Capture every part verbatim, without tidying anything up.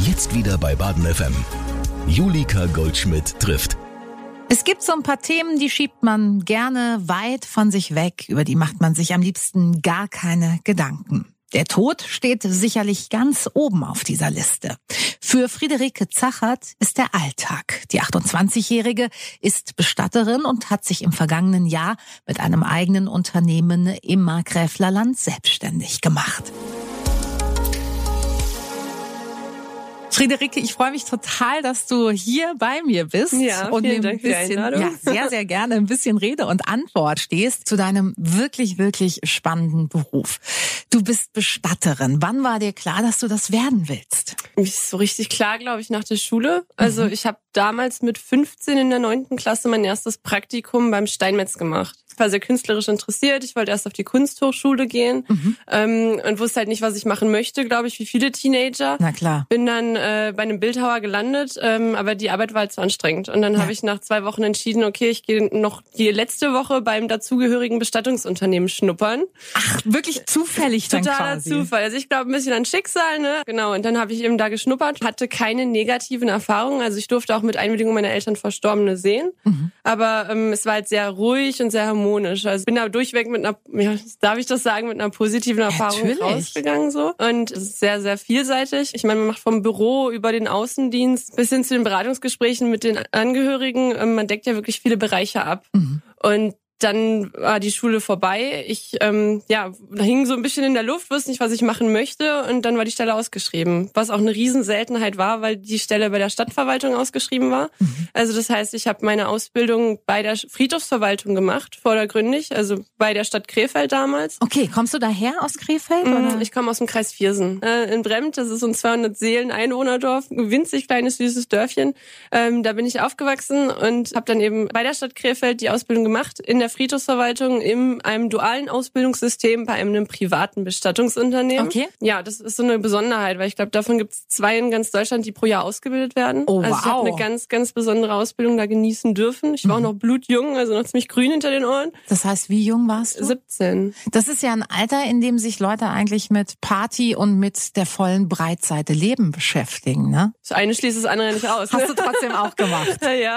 Jetzt wieder bei Baden F M. Julika Goldschmidt trifft. Es gibt so ein paar Themen, die schiebt man gerne weit von sich weg. Über die macht man sich am liebsten gar keine Gedanken. Der Tod steht sicherlich ganz oben auf dieser Liste. Für Friederike Zachert ist der Alltag. Die achtundzwanzigjährige ist Bestatterin und hat sich im vergangenen Jahr mit einem eigenen Unternehmen im Markgräflerland selbstständig gemacht. Friederike, ich freue mich total, dass du hier bei mir bist ja, und mir ein Dank bisschen, für die ja, sehr, sehr gerne ein bisschen Rede und Antwort stehst zu deinem wirklich, wirklich spannenden Beruf. Du bist Bestatterin. Wann war dir klar, dass du das werden willst? Ist so richtig klar, glaube ich, nach der Schule. Also mhm. ich habe damals mit fünfzehn in der neunten Klasse mein erstes Praktikum beim Steinmetz gemacht. Ich war sehr künstlerisch interessiert. Ich wollte erst auf die Kunsthochschule gehen mhm. ähm, und wusste halt nicht, was ich machen möchte, glaube ich, wie viele Teenager. Na klar. Bin dann äh, bei einem Bildhauer gelandet, ähm, aber die Arbeit war halt zu anstrengend. Und dann ja. habe ich nach zwei Wochen entschieden, okay, ich gehe noch die letzte Woche beim dazugehörigen Bestattungsunternehmen schnuppern. Ach, wirklich zufällig dann Totaler quasi. Zufall. Also ich glaube ein bisschen an Schicksal, ne? Genau. Und dann habe ich eben da geschnuppert, hatte keine negativen Erfahrungen. Also ich durfte auch mit Einwilligung meiner Eltern Verstorbene sehen. Mhm. Aber ähm, es war halt sehr ruhig und sehr harmonisch. Also bin da durchweg mit einer, ja, darf ich das sagen, mit einer positiven Erfahrung Natürlich. rausgegangen so. Und es ist sehr, sehr vielseitig. Ich meine, man macht vom Büro über den Außendienst bis hin zu den Beratungsgesprächen mit den Angehörigen. Man deckt ja wirklich viele Bereiche ab. Mhm. Und dann war die Schule vorbei. Ich ähm, ja hing so ein bisschen in der Luft, wusste nicht, was ich machen möchte. Und dann war die Stelle ausgeschrieben. Was auch eine Riesenseltenheit war, weil die Stelle bei der Stadtverwaltung ausgeschrieben war. Mhm. Also das heißt, ich habe meine Ausbildung bei der Friedhofsverwaltung gemacht, vordergründig. Also bei der Stadt Krefeld damals. Okay, kommst du daher aus Krefeld? Oder? Ich komme aus dem Kreis Viersen. Äh, in Bremt, das ist so ein zweihundert Seelen Einwohnerdorf, ein winzig kleines, süßes Dörfchen. Ähm, da bin ich aufgewachsen und habe dann eben bei der Stadt Krefeld die Ausbildung gemacht. In der Friedhofsverwaltung in einem dualen Ausbildungssystem bei einem privaten Bestattungsunternehmen. Okay. Ja, das ist so eine Besonderheit, weil ich glaube, davon gibt es zwei in ganz Deutschland, die pro Jahr ausgebildet werden. Oh, also ich habe wow. eine ganz, ganz besondere Ausbildung da genießen dürfen. Ich war mhm. auch noch blutjung, also noch ziemlich grün hinter den Ohren. Das heißt, wie jung warst du? siebzehn. Das ist ja ein Alter, in dem sich Leute eigentlich mit Party und mit der vollen Breitseite Leben beschäftigen, ne? Das eine schließt das andere nicht aus. Hast du trotzdem auch gemacht? Ja, ja.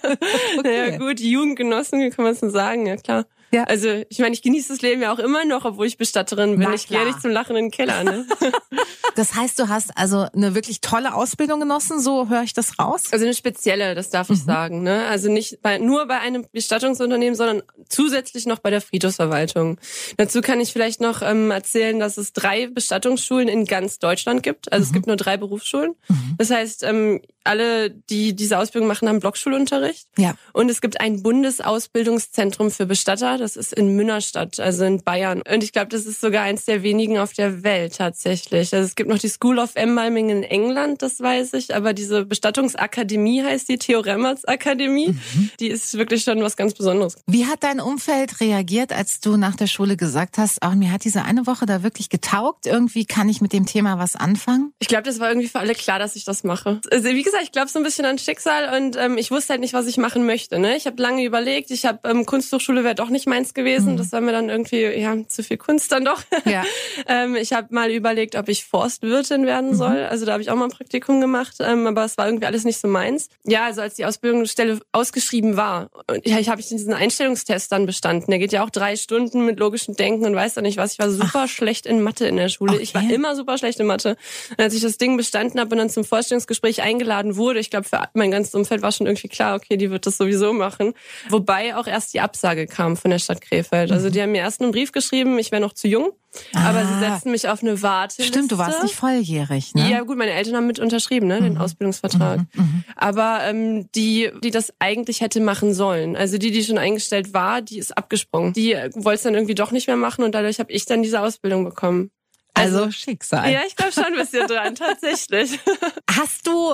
Okay. Ja gut, die Jugendgenossen, wie kann man es denn sagen? Ja, klar. Ja. Also ich meine, ich genieße das Leben ja auch immer noch, obwohl ich Bestatterin bin. Na, ich gehe nicht zum Lachen in den Keller. Ne? Das heißt, du hast also eine wirklich tolle Ausbildung genossen, so höre ich das raus? Also eine spezielle, das darf ich mhm. sagen. Ne? Also nicht bei, nur bei einem Bestattungsunternehmen, sondern zusätzlich noch bei der Friedhofsverwaltung. Dazu kann ich vielleicht noch ähm, erzählen, dass es drei Bestattungsschulen in ganz Deutschland gibt. Also mhm. es gibt nur drei Berufsschulen. Mhm. Das heißt, ähm, alle, die diese Ausbildung machen, haben Blockschulunterricht. Ja. Und es gibt ein Bundesausbildungszentrum für Bestatter. Das ist in Münnerstadt, also in Bayern. Und ich glaube, das ist sogar eins der wenigen auf der Welt tatsächlich. Also es gibt noch die School of Embalming in England, das weiß ich. Aber diese Bestattungsakademie heißt die, Theo Remmerts Akademie. Mhm. Die ist wirklich schon was ganz Besonderes. Wie hat dein Umfeld reagiert, als du nach der Schule gesagt hast, auch mir hat diese eine Woche da wirklich getaugt? Irgendwie kann ich mit dem Thema was anfangen? Ich glaube, das war irgendwie für alle klar, dass ich das mache. Also wie gesagt, ich glaube so ein bisschen an Schicksal und ähm, ich wusste halt nicht, was ich machen möchte. Ne? Ich habe lange überlegt. Ich habe ähm, Kunsthochschule wäre doch nicht meins gewesen. Mhm. Das war mir dann irgendwie ja zu viel Kunst dann doch. Ja. ähm, ich habe mal überlegt, ob ich Forstwirtin werden soll. Mhm. Also da habe ich auch mal ein Praktikum gemacht, ähm, aber es war irgendwie alles nicht so meins. Ja, also als die Ausbildungsstelle ausgeschrieben war, und ja, ich habe diesen Einstellungstest dann bestanden. Der geht ja auch drei Stunden mit logischem Denken und weiß dann nicht was. Ich war super Ach. schlecht in Mathe in der Schule. Okay. Ich war immer super schlecht in Mathe. Und als ich das Ding bestanden habe und dann zum Vorstellungsgespräch eingeladen wurde, ich glaube für mein ganzes Umfeld war schon irgendwie klar, okay, die wird das sowieso machen. Wobei auch erst die Absage kam von der Stadt Krefeld. Also die haben mir erst einen Brief geschrieben, ich wäre noch zu jung, ah. aber sie setzten mich auf eine Warteliste. Stimmt, du warst nicht volljährig, ne? Ja gut, meine Eltern haben mit unterschrieben, ne, den mhm. Ausbildungsvertrag. Mhm. Aber ähm, die, die das eigentlich hätte machen sollen, also die, die schon eingestellt war, die ist abgesprungen. Die wollte es dann irgendwie doch nicht mehr machen und dadurch habe ich dann diese Ausbildung bekommen. Also, also Schicksal. Ja, ich glaube schon ein bisschen dran, tatsächlich. Hast du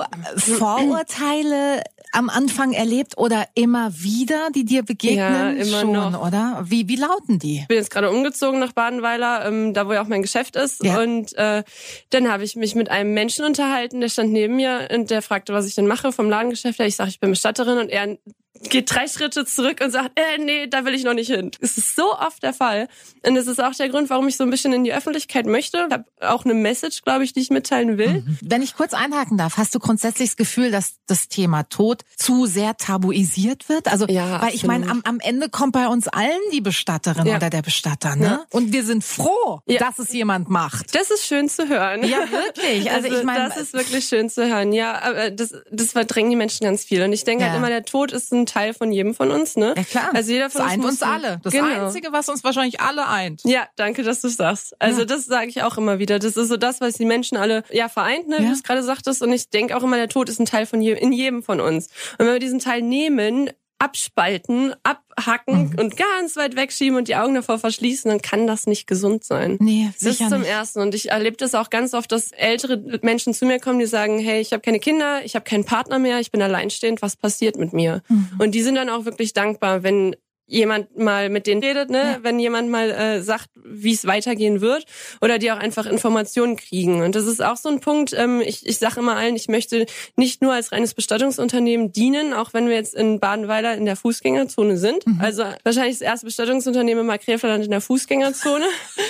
Vorurteile am Anfang erlebt oder immer wieder, die dir begegnen? Ja, immer schon, noch. Oder? Wie, wie lauten die? Ich bin jetzt gerade umgezogen nach Badenweiler, ähm, da wo ja auch mein Geschäft ist. Ja. Und äh, dann habe ich mich mit einem Menschen unterhalten, der stand neben mir und der fragte, was ich denn mache vom Ladengeschäft her. Ich sage, ich bin Bestatterin und er geht drei Schritte zurück und sagt, äh, nee, da will ich noch nicht hin. Es ist so oft der Fall. Und das ist auch der Grund, warum ich so ein bisschen in die Öffentlichkeit möchte. Ich habe auch eine Message, glaube ich, die ich mitteilen will. Wenn ich kurz einhaken darf, hast du grundsätzlich das Gefühl, dass das Thema Tod zu sehr tabuisiert wird? Also, ja, weil ich meine, am, am Ende kommt bei uns allen die Bestatterin ja. oder der Bestatter, ne? Ja. Und wir sind froh, ja. dass es jemand macht. Das ist schön zu hören. Ja, wirklich. Also, also ich meine, das ist wirklich schön zu hören. Ja, aber das, das verdrängen die Menschen ganz viel. Und ich denke ja. halt immer, der Tod ist ein Teil von jedem von uns, ne? Ja, klar. Also jeder von das uns eint uns alle. Das genau. Einzige, was uns wahrscheinlich alle eint. Ja, danke, dass du sagst. Also ja. das sage ich auch immer wieder. Das ist so das, was die Menschen alle ja vereint, ne? Wie ja. du es gerade sagtest. Und ich denke auch immer, der Tod ist ein Teil von je, in jedem von uns. Und wenn wir diesen Teil nehmen, abspalten, abhacken mhm. und ganz weit wegschieben und die Augen davor verschließen, dann kann das nicht gesund sein. Nee, sicher Das ist zum nicht. Ersten. Und ich erlebe das auch ganz oft, dass ältere Menschen zu mir kommen, die sagen, hey, ich habe keine Kinder, ich habe keinen Partner mehr, ich bin alleinstehend, was passiert mit mir? Mhm. Und die sind dann auch wirklich dankbar, wenn jemand mal mit denen redet, ne, ja. wenn jemand mal äh, sagt, wie es weitergehen wird, oder die auch einfach Informationen kriegen. Und das ist auch so ein Punkt, ähm, ich, ich sage immer allen, ich möchte nicht nur als reines Bestattungsunternehmen dienen, auch wenn wir jetzt in Badenweiler in der Fußgängerzone sind. Mhm. Also wahrscheinlich das erste Bestattungsunternehmen in Markgräflerland in der Fußgängerzone.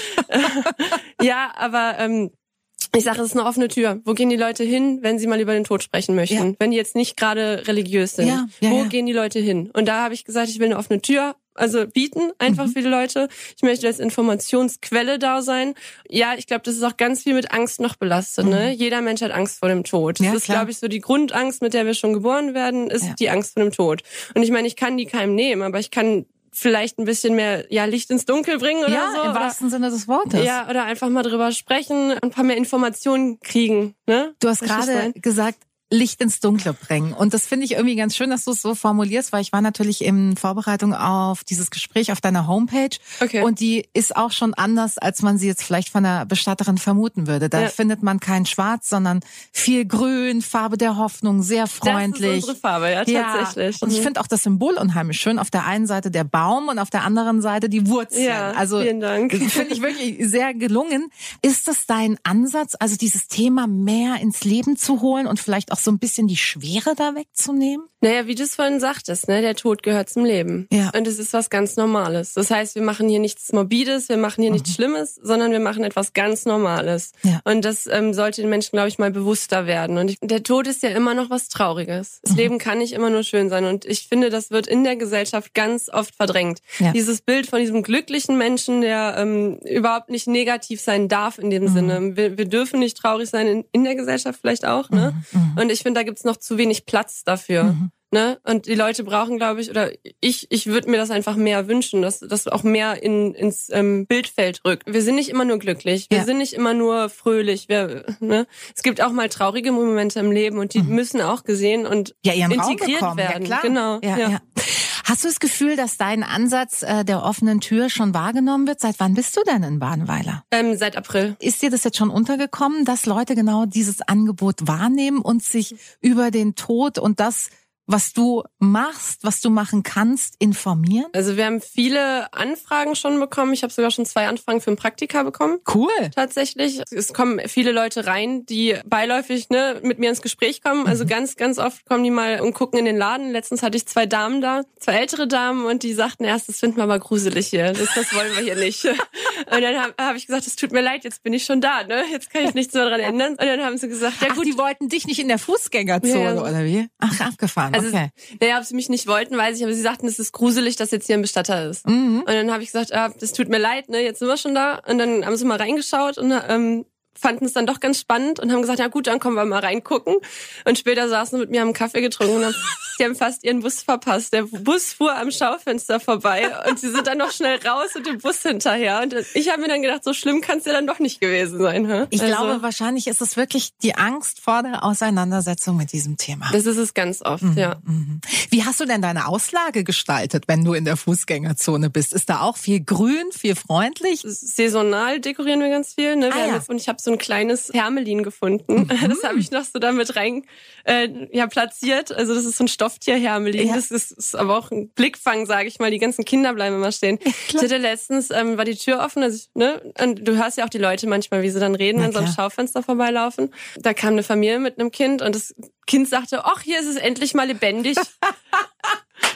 Ja, aber ähm, ich sage, es ist eine offene Tür. Wo gehen die Leute hin, wenn sie mal über den Tod sprechen möchten? Ja. Wenn die jetzt nicht gerade religiös sind. Ja, ja, Wo ja. gehen die Leute hin? Und da habe ich gesagt, ich will eine offene Tür also bieten, einfach mhm. für die Leute. Ich möchte als Informationsquelle da sein. Ja, ich glaube, das ist auch ganz viel mit Angst noch belastet. Mhm. Ne? Jeder Mensch hat Angst vor dem Tod. Das ja, ist, glaube ich, so die Grundangst, mit der wir schon geboren werden, ist ja. die Angst vor dem Tod. Und ich meine, ich kann die keinem nehmen, aber ich kann vielleicht ein bisschen mehr ja Licht ins Dunkel bringen oder ja, so. Ja, im wahrsten Sinne des Wortes. Ja, oder einfach mal drüber sprechen, ein paar mehr Informationen kriegen. Ne? Du hast gerade gesagt, Licht ins Dunkle bringen. Und das finde ich irgendwie ganz schön, dass du es so formulierst, weil ich war natürlich in Vorbereitung auf dieses Gespräch auf deiner Homepage. Okay. Und die ist auch schon anders, als man sie jetzt vielleicht von einer Bestatterin vermuten würde. Da ja. findet man kein Schwarz, sondern viel Grün, Farbe der Hoffnung, sehr freundlich. Das ist unsere Farbe, ja, tatsächlich. Ja. Und ich finde auch das Symbol unheimlich schön. Auf der einen Seite der Baum und auf der anderen Seite die Wurzeln. Ja, also, vielen Dank. Finde ich wirklich sehr gelungen. Ist das dein Ansatz, also dieses Thema mehr ins Leben zu holen und vielleicht auch so ein bisschen die Schwere da wegzunehmen? Naja, wie du es vorhin sagtest, ne, der Tod gehört zum Leben. Ja. Und es ist was ganz Normales. Das heißt, wir machen hier nichts Morbides, wir machen hier mhm. nichts Schlimmes, sondern wir machen etwas ganz Normales. Ja. Und das ähm, sollte den Menschen, glaube ich, mal bewusster werden. Und ich, der Tod ist ja immer noch was Trauriges. Das mhm. Leben kann nicht immer nur schön sein. Und ich finde, das wird in der Gesellschaft ganz oft verdrängt. Ja. Dieses Bild von diesem glücklichen Menschen, der ähm, überhaupt nicht negativ sein darf in dem mhm. Sinne. Wir, wir dürfen nicht traurig sein, in, in der Gesellschaft vielleicht auch. Ne? Mhm. Und ich finde, da gibt's noch zu wenig Platz dafür. Mhm. Ne? Und die Leute brauchen, glaube ich, oder ich ich würde mir das einfach mehr wünschen, dass das auch mehr in, ins ähm, Bildfeld rückt. Wir sind nicht immer nur glücklich, wir ja. sind nicht immer nur fröhlich. Wir, ne? Es gibt auch mal traurige Momente im Leben und die mhm. müssen auch gesehen und ja, ihren integriert Raum bekommen. werden. Ja, klar. Genau. Ja, ja. Ja. Hast du das Gefühl, dass dein Ansatz äh, der offenen Tür schon wahrgenommen wird? Seit wann bist du denn in Badenweiler? Ähm, seit April. Ist dir das jetzt schon untergekommen, dass Leute genau dieses Angebot wahrnehmen und sich über den Tod und das, was du machst, was du machen kannst, informieren? Also wir haben viele Anfragen schon bekommen. Ich habe sogar schon zwei Anfragen für ein Praktika bekommen. Cool. Tatsächlich. Es kommen viele Leute rein, die beiläufig ne, mit mir ins Gespräch kommen. Also mhm. ganz, ganz oft kommen die mal und gucken in den Laden. Letztens hatte ich zwei Damen da, zwei ältere Damen und die sagten erst, das finden wir aber gruselig hier. Das, das wollen wir hier nicht. Und dann habe hab ich gesagt, es tut mir leid, jetzt bin ich schon da. Ne? Jetzt kann ich nichts mehr dran ändern. Und dann haben sie gesagt, ja gut. Ach, die wollten dich nicht in der Fußgängerzone, ja, oder wie? Ach, abgefahren. Also, okay. Naja, ob sie mich nicht wollten, weiß ich, aber sie sagten, es ist gruselig, dass jetzt hier ein Bestatter ist. Mhm. Und dann habe ich gesagt, ah, das tut mir leid, ne, jetzt sind wir schon da. Und dann haben sie mal reingeschaut und ähm, fanden es dann doch ganz spannend und haben gesagt, ja gut, dann kommen wir mal reingucken. Und später saßen sie mit mir, haben Kaffee getrunken und haben, die haben fast ihren Bus verpasst. Der Bus fuhr am Schaufenster vorbei und sie sind dann noch schnell raus und dem Bus hinterher. Und ich habe mir dann gedacht, so schlimm kann es ja dann doch nicht gewesen sein. Hä? Ich also, glaube, wahrscheinlich ist es wirklich die Angst vor der Auseinandersetzung mit diesem Thema. Das ist es ganz oft, mhm, ja. Mhm. Wie hast du denn deine Auslage gestaltet, wenn du in der Fußgängerzone bist? Ist da auch viel grün, viel freundlich? Saisonal dekorieren wir ganz viel. Ne? Wir ah, ja. jetzt, und ich habe so ein kleines Hermelin gefunden. Mhm. Das habe ich noch so damit rein äh, ja, platziert. Also das ist so ein Stofftier-Hermelin. Ja. Das ist, ist aber auch ein Blickfang, sage ich mal. Die ganzen Kinder bleiben immer stehen. Ja, ich hatte letztens, ähm, war die Tür offen. Also ich, ne? Und du hörst ja auch die Leute manchmal, wie sie dann reden, wenn sie am Schaufenster vorbeilaufen. Da kam eine Familie mit einem Kind und das Kind sagte, ach, hier ist es endlich mal lebendig.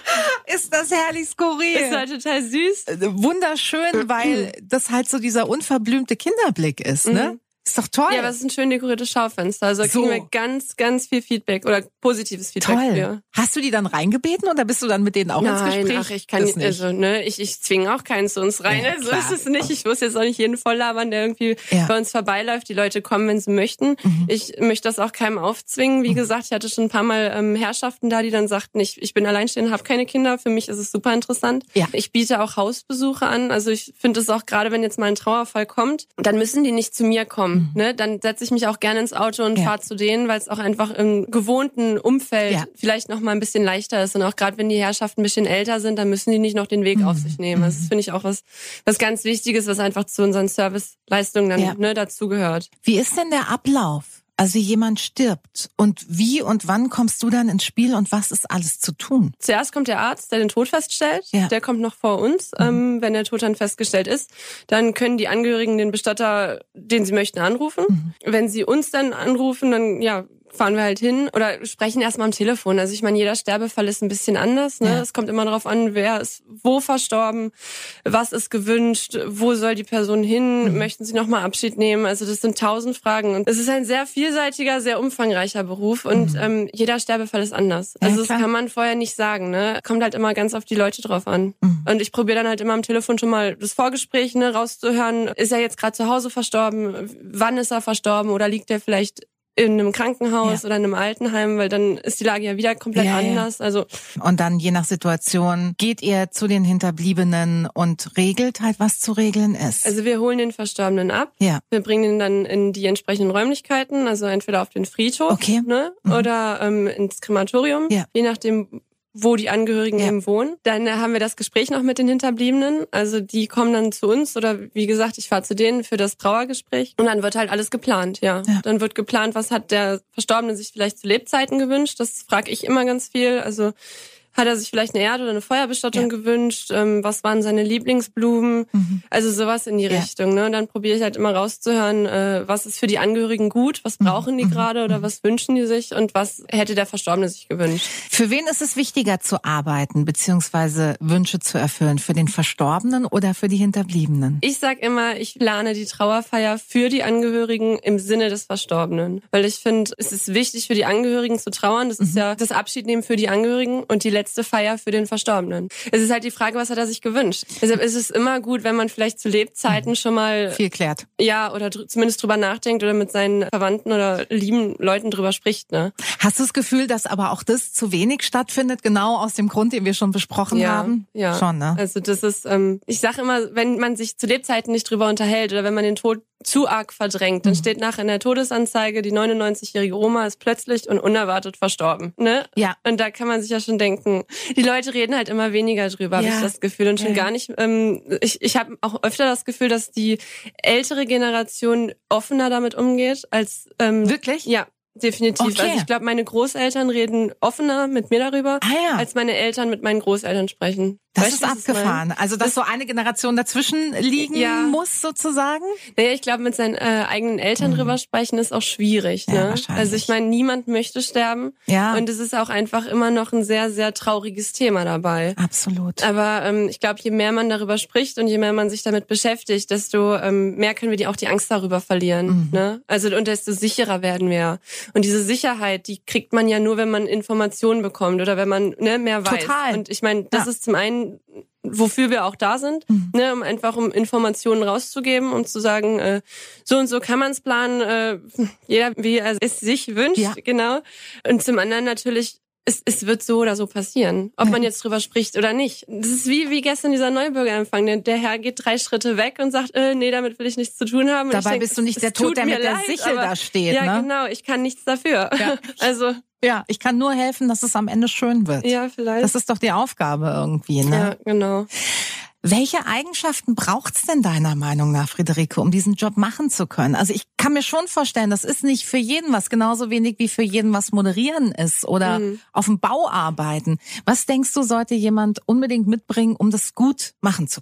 Ist das herrlich skurril. Ist halt total süß. Wunderschön, weil das halt so dieser unverblümte Kinderblick ist, ne? Mhm. Ist doch toll. Ja, aber es ist ein schön dekoriertes Schaufenster. Also da So. kriegen wir ganz, ganz viel Feedback oder positives Feedback Toll. für. Hast du die dann reingebeten oder bist du dann mit denen auch ins Nein, Gespräch? ach, ich kann Das nicht. also, ne, ich, ich zwinge auch keinen zu uns rein. Ja, so klar. ist es nicht. Ich muss jetzt auch nicht jeden voll labern, der irgendwie Ja. bei uns vorbeiläuft. Die Leute kommen, wenn sie möchten. Mhm. Ich möchte das auch keinem aufzwingen. Wie gesagt, ich hatte schon ein paar Mal ähm, Herrschaften da, die dann sagten, ich, ich bin alleinstehend, habe keine Kinder. Für mich ist es super interessant. Ja. Ich biete auch Hausbesuche an. Also ich finde es auch, gerade wenn jetzt mal ein Trauerfall kommt, dann müssen die nicht zu mir kommen. Mhm. Ne? Dann setze ich mich auch gerne ins Auto und Ja. fahre zu denen, weil es auch einfach im gewohnten Umfeld Ja. vielleicht noch mal ein bisschen leichter ist. Und auch gerade wenn die Herrschaften ein bisschen älter sind, dann müssen die nicht noch den Weg Mhm. auf sich nehmen. Also das finde ich auch was, was ganz Wichtiges, was einfach zu unseren Serviceleistungen dann Ja. ne, dazugehört. Wie ist denn der Ablauf? Also jemand stirbt und wie und wann kommst du dann ins Spiel und was ist alles zu tun? Zuerst kommt der Arzt, der den Tod feststellt. Ja. Der kommt noch vor uns. Mhm. Ähm, wenn der Tod dann festgestellt ist, dann können die Angehörigen den Bestatter, den sie möchten, anrufen. Mhm. Wenn sie uns dann anrufen, dann ja fahren wir halt hin oder sprechen erstmal am Telefon. Also ich meine, jeder Sterbefall ist ein bisschen anders. Ne? Ja. Es kommt immer darauf an, wer ist wo verstorben, was ist gewünscht, wo soll die Person hin, Mhm. möchten sie nochmal Abschied nehmen. Also das sind tausend Fragen. Und es ist ein sehr vielseitiger, sehr umfangreicher Beruf und Mhm. ähm, jeder Sterbefall ist anders. Ja, Also das klar. kann man vorher nicht sagen. Ne? Kommt halt immer ganz auf die Leute drauf an. Mhm. Und ich probiere dann halt immer am Telefon schon mal das Vorgespräch ne, rauszuhören. Ist er jetzt gerade zu Hause verstorben? Wann ist er verstorben? Oder liegt er vielleicht in einem Krankenhaus Ja. oder in einem Altenheim, weil dann ist die Lage ja wieder komplett Ja, ja. anders. Also Und dann je nach Situation geht ihr zu den Hinterbliebenen und regelt halt, was zu regeln ist. Also wir holen den Verstorbenen ab. ja. Wir bringen ihn dann in die entsprechenden Räumlichkeiten, also entweder auf den Friedhof Okay. ne, Mhm. oder ähm, ins Krematorium, Ja. je nachdem, wo die Angehörigen Ja. eben wohnen. Dann äh, haben wir das Gespräch noch mit den Hinterbliebenen. Also die kommen dann zu uns oder wie gesagt, ich fahre zu denen für das Trauergespräch. Und dann wird halt alles geplant, ja. Ja. Dann wird geplant, was hat der Verstorbene sich vielleicht zu Lebzeiten gewünscht. Das frage ich immer ganz viel. Also hat er sich vielleicht eine Erde- oder eine Feuerbestattung Ja. gewünscht? Ähm, was waren seine Lieblingsblumen? Mhm. Also sowas in die Ja. Richtung. Ne? Und dann probiere ich halt immer rauszuhören, äh, was ist für die Angehörigen gut, was brauchen die Mhm. gerade oder was wünschen die sich und was hätte der Verstorbene sich gewünscht. Für wen ist es wichtiger zu arbeiten beziehungsweise Wünsche zu erfüllen? Für den Verstorbenen oder für die Hinterbliebenen? Ich sag immer, ich plane die Trauerfeier für die Angehörigen im Sinne des Verstorbenen. Weil ich finde, es ist wichtig für die Angehörigen zu trauern. Das ist ja das Abschiednehmen für die Angehörigen und die letzte Feier für den Verstorbenen. Es ist halt die Frage, was hat er sich gewünscht? Deshalb ist es immer gut, wenn man vielleicht zu Lebzeiten schon mal, Viel klärt. ja, oder dr- zumindest drüber nachdenkt oder mit seinen Verwandten oder lieben Leuten drüber spricht, ne? Hast du das Gefühl, dass aber auch das zu wenig stattfindet, genau aus dem Grund, den wir schon besprochen Ja, haben? ja. Schon, ne? Also das ist, ähm, ich sage immer, wenn man sich zu Lebzeiten nicht drüber unterhält oder wenn man den Tod zu arg verdrängt, dann steht nachher in der Todesanzeige, die neunundneunzigjährige Oma ist plötzlich und unerwartet verstorben. Ne? Ja. Und da kann man sich ja schon denken, die Leute reden halt immer weniger drüber, habe Ja. ich das Gefühl. Und schon Ja, ja. gar nicht, ähm, ich, ich habe auch öfter das Gefühl, dass die ältere Generation offener damit umgeht als ähm, Wirklich? ja. Definitiv. Okay. Also ich glaube, meine Großeltern reden offener mit mir darüber, Ah ja. als meine Eltern mit meinen Großeltern sprechen. Das Weißt ist du, was ich meine? abgefahren. Also, dass so eine Generation dazwischen liegen Ja. muss, sozusagen? Naja, ich glaube, mit seinen äh, eigenen Eltern drüber sprechen ist auch schwierig. Mhm. Ja, Ne? wahrscheinlich. Also ich meine, niemand möchte sterben. Ja. Und es ist auch einfach immer noch ein sehr, sehr trauriges Thema dabei. Absolut. Aber ähm, ich glaube, je mehr man darüber spricht und je mehr man sich damit beschäftigt, desto ähm, mehr können wir die auch die Angst darüber verlieren. Mhm. Ne? Also und desto sicherer werden wir. Und diese Sicherheit, die kriegt man ja nur, wenn man Informationen bekommt oder wenn man ne, mehr weiß. Total. Und ich meine, das Ja. ist zum einen, wofür wir auch da sind, Mhm. ne, um einfach um Informationen rauszugeben und zu sagen, äh, so und so kann man es planen, äh, jeder wie er es sich wünscht, Ja. genau. Und zum anderen natürlich, es, es wird so oder so passieren, ob Ja. man jetzt drüber spricht oder nicht. Das ist wie wie gestern dieser Neubürgerempfang. Der, der Herr geht drei Schritte weg und sagt, äh, nee, damit will ich nichts zu tun haben. Und Dabei ich denk, bist du nicht es der tut Tod, der mir mit der leid, Sichel aber- da steht, Ja, ne? genau, ich kann nichts dafür. Ja. Also, Ja, ich kann nur helfen, dass es am Ende schön wird. ja, vielleicht. Das ist doch die Aufgabe irgendwie, ne? ja, genau. Welche Eigenschaften braucht's denn deiner Meinung nach, Friederike, um diesen Job machen zu können? Also ich kann mir schon vorstellen, das ist nicht für jeden was, genauso wenig wie für jeden was moderieren ist oder Mhm. auf dem Bau arbeiten. Was denkst du, sollte jemand unbedingt mitbringen, um das gut machen zu können?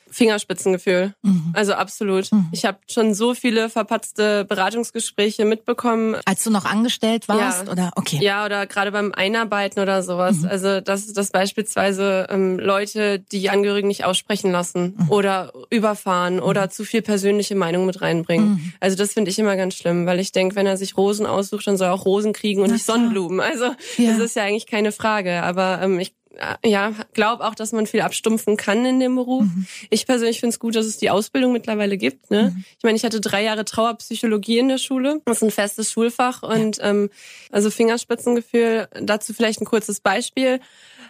Fingerspitzengefühl. Mhm. Also absolut. Mhm. Ich habe schon so viele verpatzte Beratungsgespräche mitbekommen. Als du noch angestellt warst? Ja. Oder okay. Ja, oder gerade beim Einarbeiten oder sowas. Mhm. Also dass, dass beispielsweise ähm, Leute die Angehörigen nicht aussprechen lassen mhm. oder überfahren mhm. oder zu viel persönliche Meinung mit reinbringen. Mhm. Also das finde ich immer ganz schlimm, weil ich denke, wenn er sich Rosen aussucht, dann soll er auch Rosen kriegen und Na nicht klar. Sonnenblumen. Also ja. das ist ja eigentlich keine Frage. Aber ähm, ich ja, glaube auch, dass man viel abstumpfen kann in dem Beruf. Mhm. Ich persönlich finde es gut, dass es die Ausbildung mittlerweile gibt. Ne? Mhm. Ich meine, ich hatte drei Jahre Trauerpsychologie in der Schule. Das ist ein festes Schulfach. Ja. Und ähm, also Fingerspitzengefühl, dazu vielleicht ein kurzes Beispiel.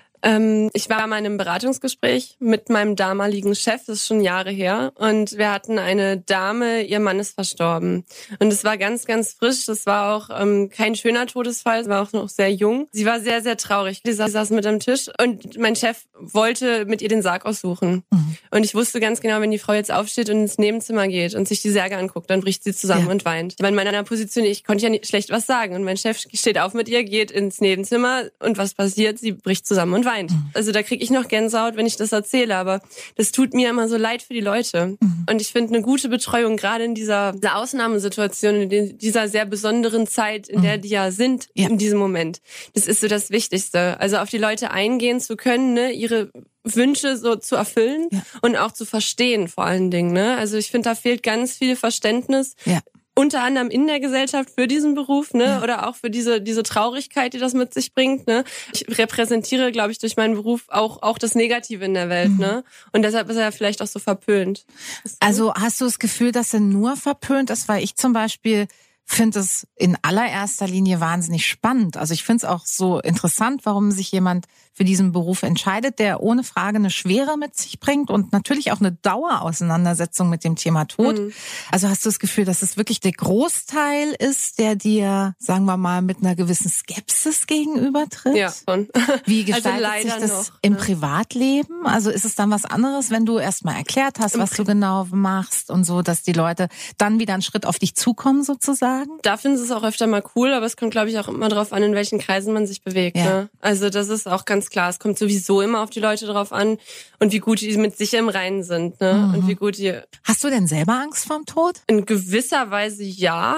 Ähm, ich war mal in einem Beratungsgespräch mit meinem damaligen Chef, das ist schon Jahre her, und wir hatten eine Dame, ihr Mann ist verstorben. Und es war ganz, ganz frisch, das war auch ähm, kein schöner Todesfall, es war auch noch sehr jung. Sie war sehr, sehr traurig. Sie saß mit am Tisch und mein Chef wollte mit ihr den Sarg aussuchen. Mhm. Und ich wusste ganz genau, wenn die Frau jetzt aufsteht und ins Nebenzimmer geht und sich die Särge anguckt, dann bricht sie zusammen ja. und weint. Aber in meiner Position, ich konnte ja nicht schlecht was sagen. Und mein Chef steht auf mit ihr, geht ins Nebenzimmer und was passiert? Sie bricht zusammen und weint. Also da kriege ich noch Gänsehaut, wenn ich das erzähle, aber das tut mir immer so leid für die Leute. Mhm. Und ich finde eine gute Betreuung, gerade in dieser, dieser Ausnahmesituation, in dieser sehr besonderen Zeit, in mhm. der die ja sind, ja. in diesem Moment, das ist so das Wichtigste. Also auf die Leute eingehen zu können, ne, ihre Wünsche so zu erfüllen ja. und auch zu verstehen vor allen Dingen. Ne? Also ich finde, da fehlt ganz viel Verständnis. Ja. Unter anderem in der Gesellschaft für diesen Beruf, ne, ja. oder auch für diese diese Traurigkeit, die das mit sich bringt, ne. Ich repräsentiere, glaube ich, durch meinen Beruf auch auch das Negative in der Welt, mhm. ne. Und deshalb ist er ja vielleicht auch so verpönt. Also hast du das Gefühl, dass er nur verpönt ist, weil ich zum Beispiel finde es in allererster Linie wahnsinnig spannend. Also ich finde es auch so interessant, warum sich jemand für diesen Beruf entscheidet, der ohne Frage eine Schwere mit sich bringt und natürlich auch eine Dauerauseinandersetzung mit dem Thema Tod. Mhm. Also hast du das Gefühl, dass es wirklich der Großteil ist, der dir, sagen wir mal, mit einer gewissen Skepsis gegenübertritt? Ja, schon. Wie gestaltet also sich das noch, im ne? Privatleben? Also ist es dann was anderes, wenn du erstmal erklärt hast, Im was Pri- du genau machst und so, dass die Leute dann wieder einen Schritt auf dich zukommen sozusagen? Da finden sie es auch öfter mal cool, aber es kommt, glaube ich, auch immer drauf an, in welchen Kreisen man sich bewegt. Ja. Ne? Also das ist auch ganz klar. Es kommt sowieso immer auf die Leute drauf an und wie gut die mit sich im Reinen sind. Ne? Mhm. Und wie gut die. Hast du denn selber Angst vorm Tod? In gewisser Weise ja.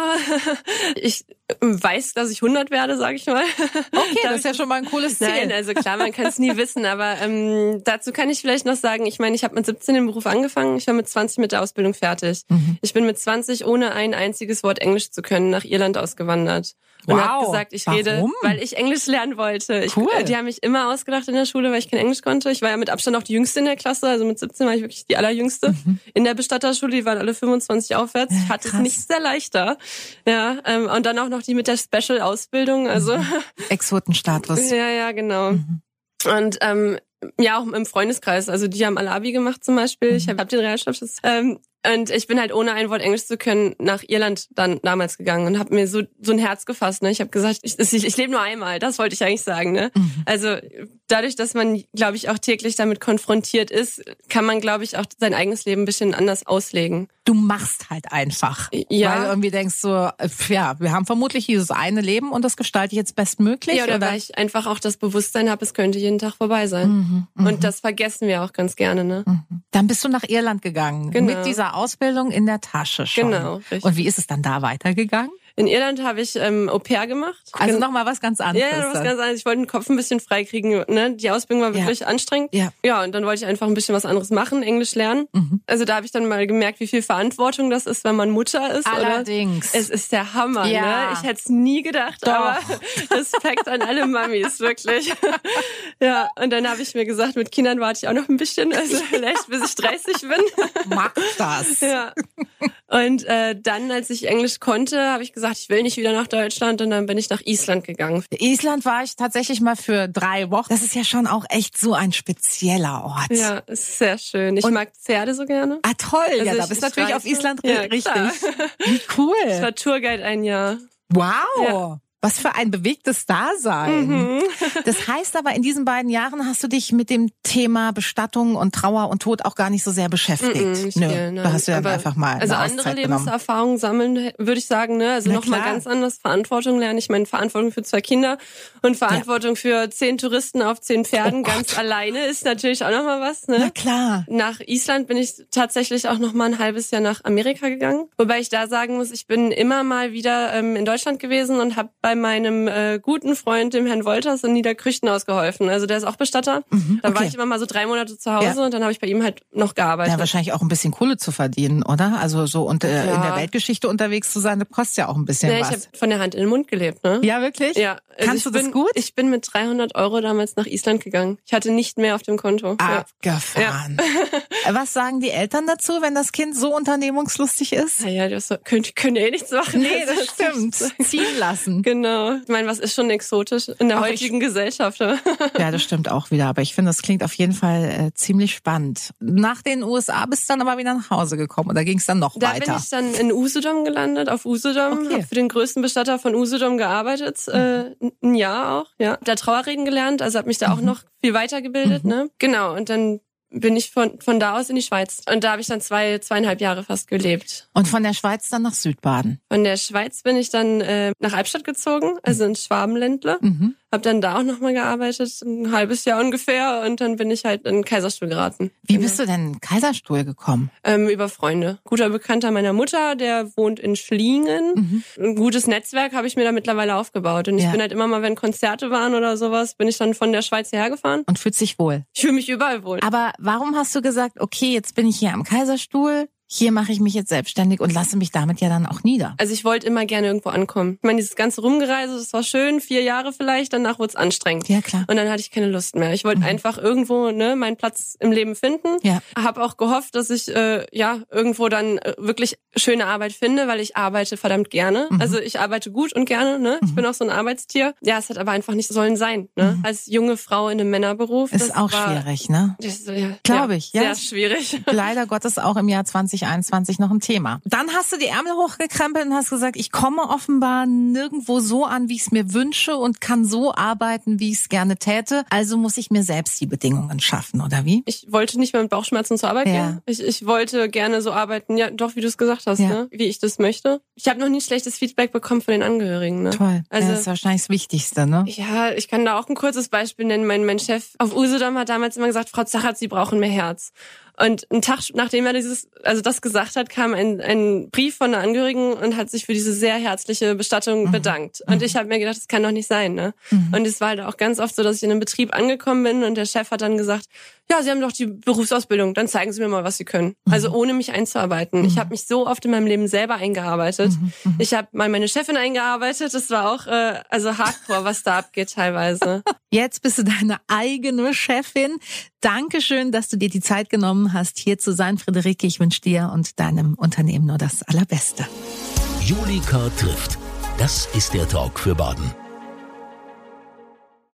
Ich weiß, dass ich hundert werde, sage ich mal. Okay, das ist ja schon mal ein cooles Ziel. Nein, also klar, man kann es nie wissen, aber ähm, dazu kann ich vielleicht noch sagen, ich meine, ich habe mit siebzehn den Beruf angefangen, ich war mit zwanzig mit der Ausbildung fertig. Mhm. Ich bin mit zwanzig, ohne ein einziges Wort Englisch zu können, nach Irland ausgewandert. Und wow. habe gesagt, ich Warum? rede, weil ich Englisch lernen wollte. Ich, cool. Die haben mich immer ausgedacht in der Schule, weil ich kein Englisch konnte. Ich war ja mit Abstand auch die Jüngste in der Klasse, also mit siebzehn war ich wirklich die allerjüngste. Mhm. In der Bestatterschule, die waren alle fünfundzwanzig aufwärts. Ich hatte Krass. es nicht sehr leichter. Ja, ähm, und dann auch noch die mit der Special-Ausbildung. Also mhm. Exotenstatus. Ja, ja, genau. Mhm. Und ähm, ja, auch im Freundeskreis. Also die haben alle Abi gemacht zum Beispiel. Mhm. Ich habe hab den Realschulabschluss. Ähm, Und ich bin halt, ohne ein Wort Englisch zu können, nach Irland dann damals gegangen und habe mir so so ein Herz gefasst. Ne? Ich habe gesagt, ich, ich, ich lebe nur einmal. Das wollte ich eigentlich sagen. Ne? Mhm. Also dadurch, dass man, glaube ich, auch täglich damit konfrontiert ist, kann man, glaube ich, auch sein eigenes Leben ein bisschen anders auslegen. Du machst halt einfach. Ja. Weil du irgendwie denkst so, ja, wir haben vermutlich dieses eine Leben und das gestalte ich jetzt bestmöglich. Ja, oder, oder? Weil ich einfach auch das Bewusstsein habe, es könnte jeden Tag vorbei sein. Mhm, mhm. Und das vergessen wir auch ganz gerne. Ne? Mhm. Dann bist du nach Irland gegangen. Genau. Mit dieser Ausbildung in der Tasche schon. Genau, richtig. Und wie ist es dann da weitergegangen? In Irland habe ich ähm, Au-pair gemacht. Also nochmal was ganz anderes. Ja, ja, was ganz anderes. Ich wollte den Kopf ein bisschen freikriegen. Ne? Die Ausbildung war wirklich ja. anstrengend. Ja. ja, und dann wollte ich einfach ein bisschen was anderes machen, Englisch lernen. Mhm. Also da habe ich dann mal gemerkt, wie viel Verantwortung das ist, wenn man Mutter ist. Allerdings. Oder? Es ist der Hammer. Ja. Ne? Ich hätte es nie gedacht, Doch. aber Respekt an alle Mamis, wirklich. Ja, und dann habe ich mir gesagt, mit Kindern warte ich auch noch ein bisschen, also vielleicht bis ich dreißig bin. Mach das. Ja. Und äh, dann, als ich Englisch konnte, habe ich gesagt, ich will nicht wieder nach Deutschland, und dann bin ich nach Island gegangen. Island war ich tatsächlich mal für drei Wochen. Das ist ja schon auch echt so ein spezieller Ort. Ja, ist sehr schön. Ich und, mag Pferde so gerne. Ah, toll. Also ja, da bist du natürlich reise. Auf Island ja, richtig. Klar. Wie cool. Ich war Tourguide ein Jahr. Wow. Ja. Was für ein bewegtes Dasein. Mhm. Das heißt aber, in diesen beiden Jahren hast du dich mit dem Thema Bestattung und Trauer und Tod auch gar nicht so sehr beschäftigt. Mhm, nicht Nö, viel, nein. da hast du dann Aber einfach mal eine Also Auszeit andere genommen. Lebenserfahrungen sammeln, würde ich sagen. Ne? Also nochmal ganz anders Verantwortung lernen. Ich meine, Verantwortung für zwei Kinder und Verantwortung ja. für zehn Touristen auf zehn Pferden oh ganz alleine ist natürlich auch nochmal was. Ne? Na klar. Nach Island bin ich tatsächlich auch nochmal ein halbes Jahr nach Amerika gegangen. Wobei ich da sagen muss, ich bin immer mal wieder ähm, in Deutschland gewesen und habe bei meinem äh, guten Freund, dem Herrn Wolters in Niederkrüchten ausgeholfen. Also der ist auch Bestatter. Mhm, da okay. war ich immer mal so drei Monate zu Hause ja. und dann habe ich bei ihm halt noch gearbeitet. Ja, wahrscheinlich auch ein bisschen Kohle zu verdienen, oder? Also so und äh, ja. in der Weltgeschichte unterwegs zu sein, das kostet ja auch ein bisschen nee, was. Ich habe von der Hand in den Mund gelebt, ne? Ja, wirklich? Ja. Also Kannst du bin, das gut? Ich bin mit dreihundert Euro damals nach Island gegangen. Ich hatte nicht mehr auf dem Konto. Abgefahren. Ja. Was sagen die Eltern dazu, wenn das Kind so unternehmungslustig ist? Naja, das so, können, können ja eh nichts machen. Nee, das stimmt. Ziehen lassen. Genau. Ich meine, was ist schon exotisch in der Ach, heutigen ich, Gesellschaft? Ja, das stimmt auch wieder. Aber ich finde, das klingt auf jeden Fall äh, ziemlich spannend. Nach den U S A bist du dann aber wieder nach Hause gekommen oder ging es dann noch da weiter? Da bin ich dann in Usedom gelandet, auf Usedom. Okay. Habe für den größten Bestatter von Usedom gearbeitet, mhm. äh, ein Jahr auch. Ja, da Trauerreden gelernt, also habe mich da mhm. auch noch viel weitergebildet. Mhm. Ne? Genau, und dann bin ich von von da aus in die Schweiz. Und da habe ich dann zwei, zweieinhalb Jahre fast gelebt. Und von der Schweiz dann nach Südbaden? Von der Schweiz bin ich dann äh, nach Albstadt gezogen, also ins Schwabenländle. Mhm. Hab dann da auch nochmal gearbeitet, ein halbes Jahr ungefähr. Und dann bin ich halt in den Kaiserstuhl geraten. Wie bist du denn in den Kaiserstuhl gekommen? Ähm, über Freunde. Guter Bekannter meiner Mutter, der wohnt in Schliengen. Mhm. Ein gutes Netzwerk habe ich mir da mittlerweile aufgebaut. Und ich ja. bin halt immer mal, wenn Konzerte waren oder sowas, bin ich dann von der Schweiz hierher gefahren. Und fühlst dich wohl? Ich fühle mich überall wohl. Aber warum hast du gesagt, okay, jetzt bin ich hier am Kaiserstuhl, hier mache ich mich jetzt selbstständig und lasse mich damit ja dann auch nieder? Also ich wollte immer gerne irgendwo ankommen. Ich meine, dieses ganze Rumgereise, das war schön, vier Jahre vielleicht, danach wurde es anstrengend. Ja, klar. Und dann hatte ich keine Lust mehr. Ich wollte mhm. einfach irgendwo ne meinen Platz im Leben finden. Ja. Habe auch gehofft, dass ich äh, ja irgendwo dann äh, wirklich schöne Arbeit finde, weil ich arbeite verdammt gerne. Mhm. Also ich arbeite gut und gerne. Ne? Mhm. Ich bin auch so ein Arbeitstier. Ja, es hat aber einfach nicht sollen sein. Ne? Mhm. Als junge Frau in einem Männerberuf. Ist das auch war, schwierig, ne? Das, ja, Glaube ja, ich. Ja, sehr schwierig. Leider Gottes auch im Jahr zwanzig einundzwanzig noch ein Thema. Dann hast du die Ärmel hochgekrempelt und hast gesagt, ich komme offenbar nirgendwo so an, wie ich es mir wünsche und kann so arbeiten, wie ich es gerne täte. Also muss ich mir selbst die Bedingungen schaffen, oder wie? Ich wollte nicht mehr mit Bauchschmerzen zur Arbeit ja. gehen. Ich, ich wollte gerne so arbeiten, ja doch, wie du es gesagt hast, ja. ne? Wie ich das möchte. Ich habe noch nie schlechtes Feedback bekommen von den Angehörigen. Ne? Toll, also, ja, das ist wahrscheinlich das Wichtigste, ne? Ja, ich kann da auch ein kurzes Beispiel nennen. Mein, mein Chef auf Usedom hat damals immer gesagt, Frau Zachardt, Sie brauchen mehr Herz. Und einen Tag, nachdem er dieses, also das gesagt hat, kam ein, ein Brief von einer Angehörigen und hat sich für diese sehr herzliche Bestattung mhm. bedankt. Und mhm. ich habe mir gedacht, das kann doch nicht sein, ne? Mhm. Und es war halt auch ganz oft so, dass ich in einem Betrieb angekommen bin und der Chef hat dann gesagt, ja, Sie haben doch die Berufsausbildung, dann zeigen Sie mir mal, was Sie können. Mhm. Also ohne mich einzuarbeiten. Mhm. Ich habe mich so oft in meinem Leben selber eingearbeitet. Mhm. Mhm. Ich habe mal meine Chefin eingearbeitet. Das war auch äh, also hardcore, was da abgeht teilweise. Jetzt bist du deine eigene Chefin. Dankeschön, dass du dir die Zeit genommen hast, hier zu sein, Friederike. Ich wünsche dir und deinem Unternehmen nur das Allerbeste. Julika trifft. Das ist der Talk für Baden.